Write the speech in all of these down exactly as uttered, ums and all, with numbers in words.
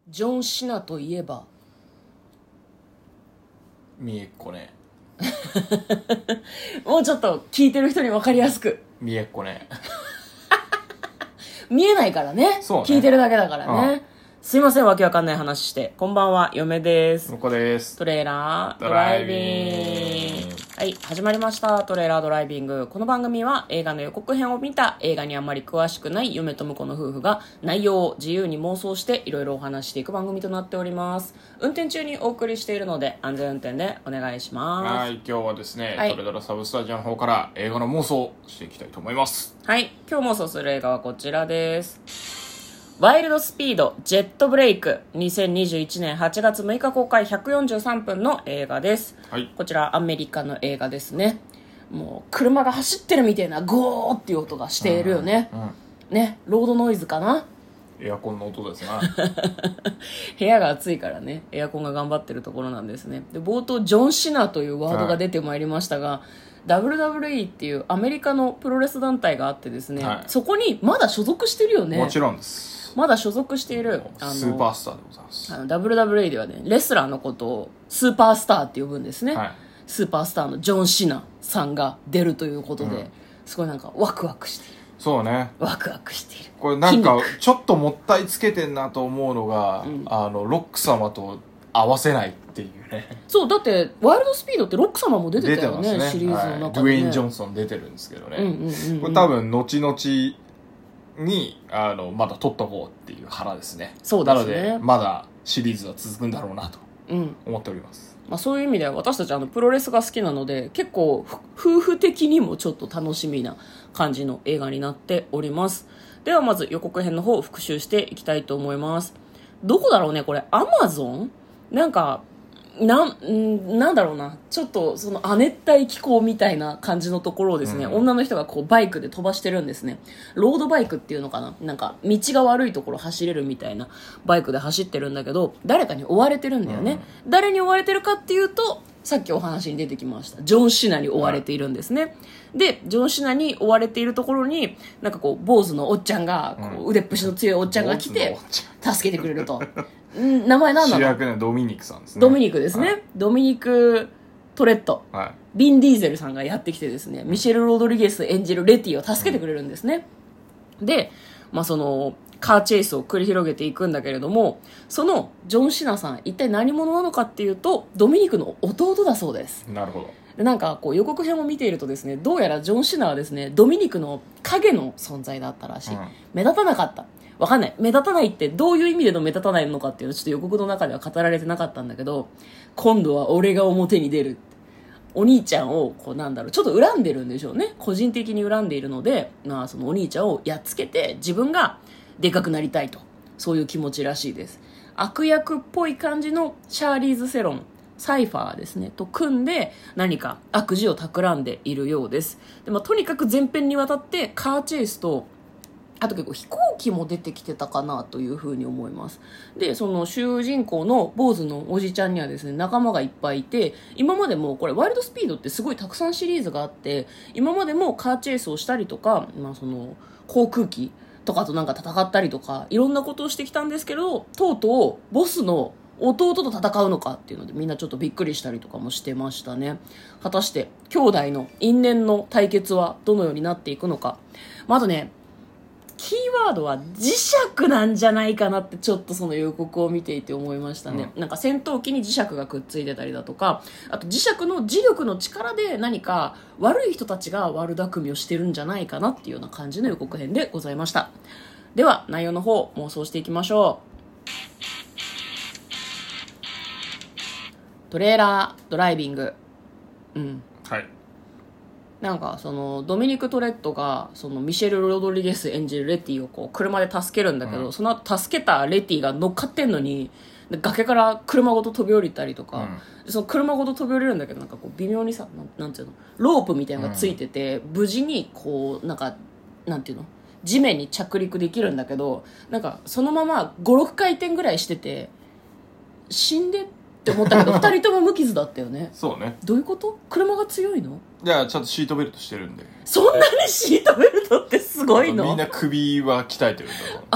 ジョン・シナといえば見えっこねもうちょっと聞いてる人に分かりやすく。 見えっこね見えないからね。 そうね聞いてるだけだからね、 うん、 すいません、わけわかんない話して。こんばんは、嫁です。 向こうです。 トレーラードライビング。はい、始まりました。トレーラードライビング。この番組は映画の予告編を見た、映画にあんまり詳しくない嫁と婿の夫婦が内容を自由に妄想していろいろお話していく番組となっております。運転中にお送りしているので安全運転でお願いします。 はい、今日はですね、 はい、 トレドラサブスタジオの方から映画の妄想をしていきたいと思います。 はい、今日妄想する映画はこちらです。ワイルドスピードジェットブレイク、にせんにじゅういちねんはちがつむいか公開、ひゃくよんじゅうさんぷんの映画です、 はい、 こちらアメリカの映画ですね。もう車が走ってるみたいなゴーっていう音がしているよね、 うんうん、 ね、ロードノイズかな。 エアコンの音ですな部屋が暑いからね、エアコンが頑張ってるところなんですね。で、冒頭ジョン・シナというワードが出てまいりましたが、はい、ダブリューダブリューイー っていうアメリカのプロレス団体があってですね、はい、そこにまだ所属してるよね。 もちろんです。 まだ所属しているあのスーパースターでございます。 あの ダブリューダブリューイー ではね、レスラーのことをスーパースターって呼ぶんですね、はい、スーパースターのジョン・シナさんが出るということで、うん、すごいなんかワクワクしている。 そうね、 ワクワクしている。 これなんかちょっともったいつけてんなと思うのが、うん、あのロック様と合わせないっていうね。 そうだってワイルドスピードってロック様も出てたよ ね, ねシリーズの中で、ね、はい、 ドゥエイン・ジョンソン出てるんですけどね、 うんうんうんうん、 これ多分後々にあのまだ撮っとこうっていう腹ですね。 そうですね。 なのでまだシリーズは続くんだろうなと思っております、 うん、まあ、そういう意味では私たちあのプロレスが好きなので結構夫婦的にもちょっと楽しみな感じの映画になっております。ではまず予告編の方を復習していきたいと思います。どこだろうねこれ、アマゾンなんかな、んなんだろうな、ちょっとその亜熱帯気候みたいな感じのところをですね、うん、女の人がこうバイクで飛ばしてるんですね。ロードバイクっていうのかな、なんか道が悪いところ走れるみたいなバイクで走ってるんだけど、誰かに追われてるんだよね、うん、誰に追われてるかっていうと、さっきお話に出てきましたジョン・シナに追われているんですね、うん、でジョン・シナに追われているところになんかこう坊主のおっちゃんがこう腕っぷしの強いおっちゃんが来て助けてくれるとん名前何なの？ 主役のドミニクさんですね。 ドミニクですね、はい、ドミニク・トレット、はい、ビン・ディーゼルさんがやってきてですね、ミシェル・ロドリゲス演じるレティを助けてくれるんですね、うん、で、まあ、そのカーチェイスを繰り広げていくんだけれども、そのジョン・シナさん一体何者なのかっていうとドミニクの弟だそうです。 なるほど。 でなんかこう予告編を見ているとですね、どうやらジョン・シナはですねドミニクの影の存在だったらしい、うん、目立たなかった。わかんない。目立たないってどういう意味での目立たないのかっていうのはちょっと予告の中では語られてなかったんだけど、今度は俺が表に出る。お兄ちゃんをこうなんだろう、ちょっと恨んでるんでしょうね。個人的に恨んでいるので、まあそのお兄ちゃんをやっつけて自分がでかくなりたいと、そういう気持ちらしいです。悪役っぽい感じのシャーリーズ・セロン、サイファーですねと組んで何か悪事を企んでいるようです。で、まあ、とにかく前編にわたってカーチェイスと、あと結構飛行機も出てきてたかなというふうに思います。で、その主人公の坊主のおじちゃんにはですね、仲間がいっぱいいて、今までもこれワイルドスピードってすごいたくさんシリーズがあって、今までもカーチェイスをしたりとか、まあその航空機とかとなんか戦ったりとか、いろんなことをしてきたんですけど、とうとうボスの弟と戦うのかっていうのでみんなちょっとびっくりしたりとかもしてましたね。果たして兄弟の因縁の対決はどのようになっていくのか。まあ、あとね、キーワードは磁石なんじゃないかなってちょっとその予告を見ていて思いましたね、うん、なんか戦闘機に磁石がくっついてたりだとか、あと磁石の磁力の力で何か悪い人たちが悪巧みをしてるんじゃないかなっていうような感じの予告編でございました。では内容の方妄想していきましょう。トレーラードライビング、うん、はい。なんかそのドミニク・トレットがそのミシェル・ロドリゲス演じるレティをこう車で助けるんだけど、うん、その後助けたレティが乗っかってんのに崖から車ごと飛び降りたりとか、うん、その車ごと飛び降りるんだけどなんかこう微妙にさ、なん、なんていうの、ロープみたいなのがついてて、うん、無事にこうなんかなんていうの、地面に着陸できるんだけど、なんかそのままご、ろっかい転ぐらいしてて死んでって思ったけどふたりとも無傷だったよね。 そうね。 どういうこと？車が強いの？ いや、ちゃんとシートベルトしてるんで。 そんなにシートベルトってすごいの？ みんな首は鍛えてるんだろう。 あ、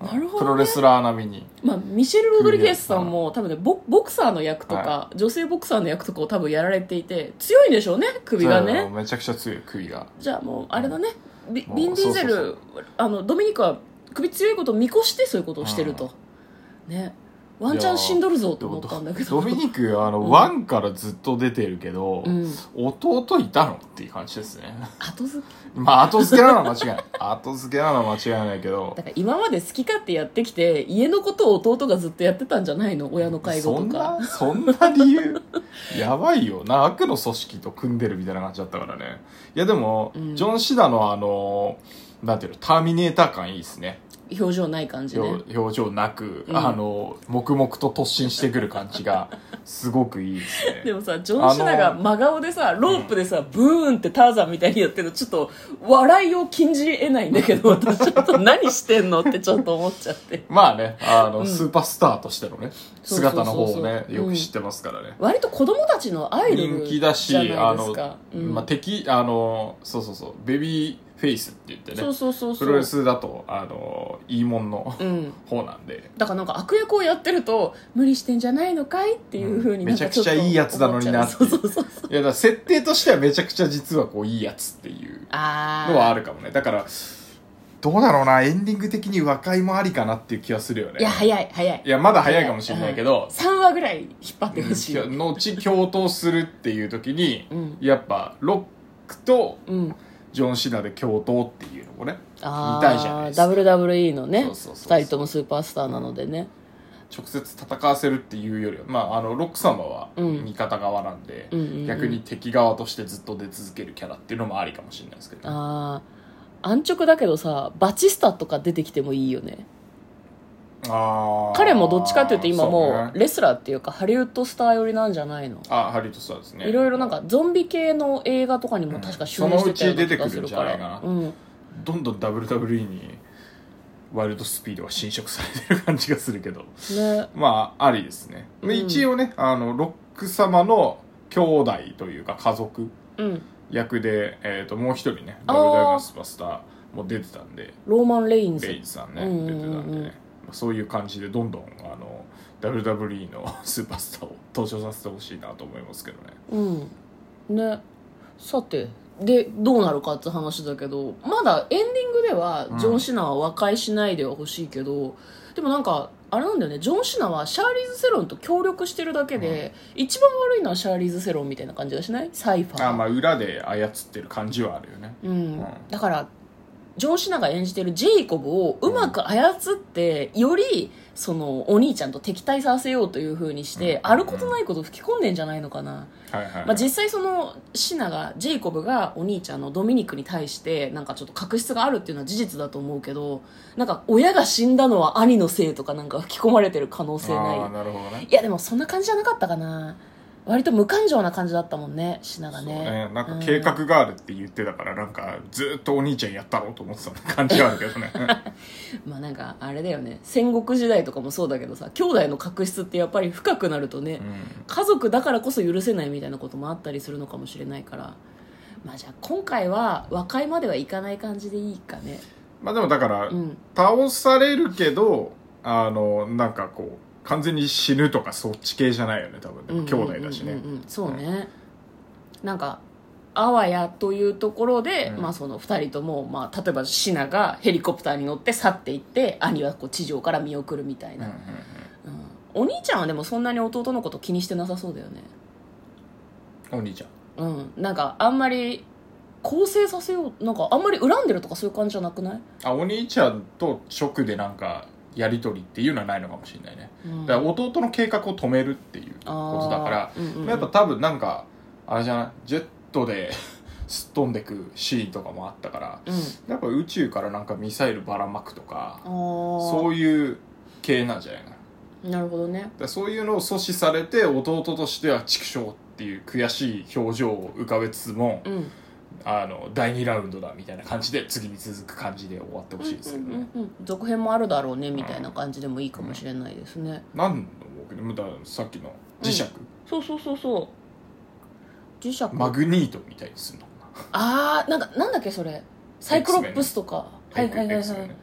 なるほど、ね、 プロレスラー並みに、 まあ、ミシェル・ロドリゲスさんも多分ね ボ, ボクサーの役とか、 は女性ボクサーの役とかを多分やられていて強いんでしょうね、首がね。 めちゃくちゃ強い首が。 じゃあもうあれだね、ビもうビン・ディーゼル、 そうそうあのドミニクは首強いことを見越してそういうことをしてると、ね、ワンチャン死んどるぞと思ったんだけど。 ドミニクあの、 うん、 ワンからずっと出てるけど、 うん、 弟いたのっていう感じですね。 後付けまあ後付けなのは間違いない後付けなのは間違いないけど、 だから今まで好き勝手やってきて家のことを弟がずっとやってたんじゃないの、親の介護とか。 そんなそんな理由やばいよな、悪の組織と組んでるみたいな感じだったからね。いやでも、うん、ジョン・シダのあのなんていうの、ターミネーター感いいですね。 表情ない感じね。 表情なく、うん、あの黙々と突進してくる感じがすごくいいですね。 でもさ、ジョン・シナが真顔でさロープでさ、うん、ブーンってターザンみたいにやってるのちょっと笑いを禁じ得ないんだけど私ちょっと何してんのってちょっと思っちゃってまあね、あの、 うん、 スーパースターとしてのね姿の方をねよく知ってますからね、 うん、割と子供たちのアイドルじゃないですか。 人気だし、あの、 うん、 まあ、敵あのそうそうそうベビーフェイスって言ってね、 そうそうそうそう、 プロレスだとあのいいもんの、うん、方なんで、 だからなんか悪役をやってると無理してんじゃないのかいっていう風に、 うん、めちゃくちゃいいやつなのになっていう。そうそうそうそう、いやだから設定としてはめちゃくちゃ実はこういいやつっていうのはあるかもね。だからどうだろうな、エンディング的に和解もありかなっていう気はするよね。 いや早い早い、 いやまだ早いかもしれないけど、 さんわぐらい引っ張ってほしい、 うん、後共闘するっていう時に、うん、やっぱロックと、うんジョン・シナで共闘っていうのもね見たいじゃないですか。 ダブリューダブリューイー のね、 そうそうそうそう、 ふたりともスーパースターなのでね、 直接戦わせるっていうよりは、まあ、あのロック様は味方側なんで、うん、逆に敵側としてずっと出続けるキャラっていうのもありかもしれないですけど、ね、 ああ安直だけどさバチスタとか出てきてもいいよね。 あ彼もどっちかっていうと今もうレスラーっていうかハリウッドスター寄りなんじゃないの。 あハリウッドスターですね。 いろいろなんかゾンビ系の映画とかにも確か主演してたような気がするから、うん、そのうち出てくるんじゃないかな、うん、どんどん ダブリューダブリューイー にワイルドスピードが侵食されてる感じがするけど、ね、まあありですね、うん、一応ねあのロック様の兄弟というか家族役で、えー、ともう一人ねダブリューダブリューイーのスーパースターも出てたんで、 ローマン・レインズレインズさんね、うんうんうん、出てたんでね、そういう感じでどんどんあの ダブリューダブリューイー のスーパースターを登場させてほしいなと思いますけどね。 うんね。さてでどうなるかって話だけど、まだエンディングではジョン・シナは和解しないではほしいけど、うん、でもなんかあれなんだよね、ジョン・シナはシャーリーズ・セロンと協力してるだけで、うん、一番悪いのはシャーリーズ・セロンみたいな感じがしない？サイファー。 あ、まあ裏で操ってる感じはあるよね。 うん、うん、だからジョン・シナが演じてるジェイコブをうまく操ってよりそのお兄ちゃんと敵対させようという風にして、うん、あることないことを吹き込んでんじゃないのかな、はいはいはい、まあ、実際そのシナがジェイコブがお兄ちゃんのドミニクに対してなんかちょっと確執があるっていうのは事実だと思うけど、なんか親が死んだのは兄のせいとかなんか吹き込まれてる可能性ない？ あ、なるほどね。 いやでもそんな感じじゃなかったかな。割と無感情な感じだったもんね、シナがね。そうね、 なんか計画があるって言ってたから、うん、なんかずっとお兄ちゃんやったろうと思ってた感じがあるけどね。 まあなんかあれだよね、戦国時代とかもそうだけどさ、兄弟の確執ってやっぱり深くなるとね、うん、家族だからこそ許せないみたいなこともあったりするのかもしれないから、まあじゃあ今回は和解まではいかない感じでいいかね。 まあでもだから、うん、倒されるけどあのなんかこう完全に死ぬとかそっち系じゃないよね多分。でも兄弟だしね、うんうんうんうん、そうね、 うん、なんかあわやというところで、うん、まあ、そのふたりとも、まあ、例えばシナがヘリコプターに乗って去っていって兄はこう地上から見送るみたいな、うんうんうん、お兄ちゃんはでもそんなに弟のこと気にしてなさそうだよね。 お兄ちゃん、 うん、なんかあんまり更生させよう、なんかあんまり恨んでるとかそういう感じじゃなくない？ あ、お兄ちゃんと直でなんかやり取りっていうのはないのかもしれないね、うん、だから弟の計画を止めるっていうことだから、うんうんうん、やっぱ多分なんかあれじゃない、ジェットですっ飛んでくシーンとかもあったから、うん、やっぱ宇宙からなんかミサイルばらまくとかそういう系なんじゃないかな。 なるほどね。 だそういうのを阻止されて弟としては畜生っていう悔しい表情を浮かべつつも、うん、あのだいにラウンドだみたいな感じで次に続く感じで終わってほしいですけどね、 うんうんうん、続編もあるだろうねみたいな感じでもいいかもしれないですね、 うん、なんだろうけどさっきの磁石、うん、 そうそうそうそう磁石マグニートみたいにするのあーなんかなんだっけそれサイクロプスとかはいはいはいはい、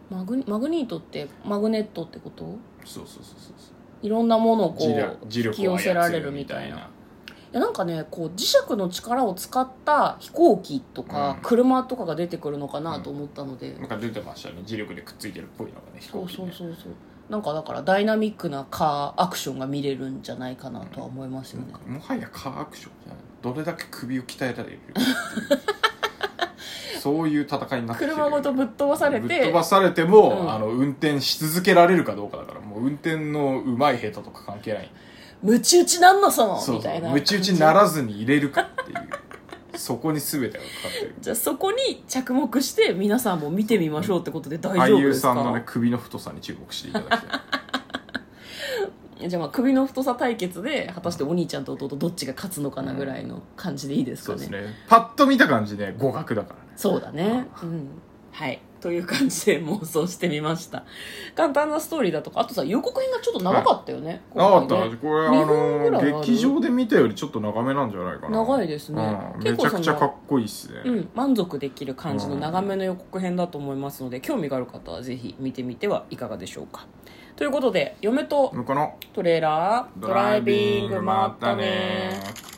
マグマグニートってマグネットってこと？ そうそうそうそういろんなものをこ磁う力引き寄せられるみたいな。いやなんかねこう磁石の力を使った飛行機とかうん車とかが出てくるのかなと思ったので、 なんか出てましたね、磁力でくっついてるっぽいのがね、飛そう行機ね。 そうそうそうなんかだからダイナミックなカーアクションが見れるんじゃないかなとは思いますよね。 もはやカーアクションじゃない、どれだけ首を鍛えられるかっていうそういう戦いになってきてる。 車ごとぶっ飛ばされてぶっ飛ばされても、 うんあの運転し続けられるかどうかだから、もう運転の上手い下手とか関係ない。 ムチ打ちなんのそのそうそうみたいなムチ打ちにならずに入れるかっていうそこに全てがかかってる。 じゃあそこに着目して皆さんも見てみましょうってことで大丈夫俳優ですか？ さんのね首の太さに注目していただきたいじゃあまあ首の太さ対決で果たしてお兄ちゃんと弟どっちが勝つのかなぐらいの感じでいいですかね。 そうですね、パッと見た感じで互角だからね。 そうだね、うんはいという感じで妄想してみました。簡単なストーリーだとか、あとさ予告編がちょっと長かったよね、 なかった今回ねこれあにふんぐらいあるの劇場で見たよりちょっと長めなんじゃないかな。 長いですね、 うん、めちゃくちゃかっこいいっすね。 うん、満足できる感じの長めの予告編だと思いますので、興味がある方はぜひ見てみてはいかがでしょうか。ということで嫁と向こうのトレーラードライビングまったね。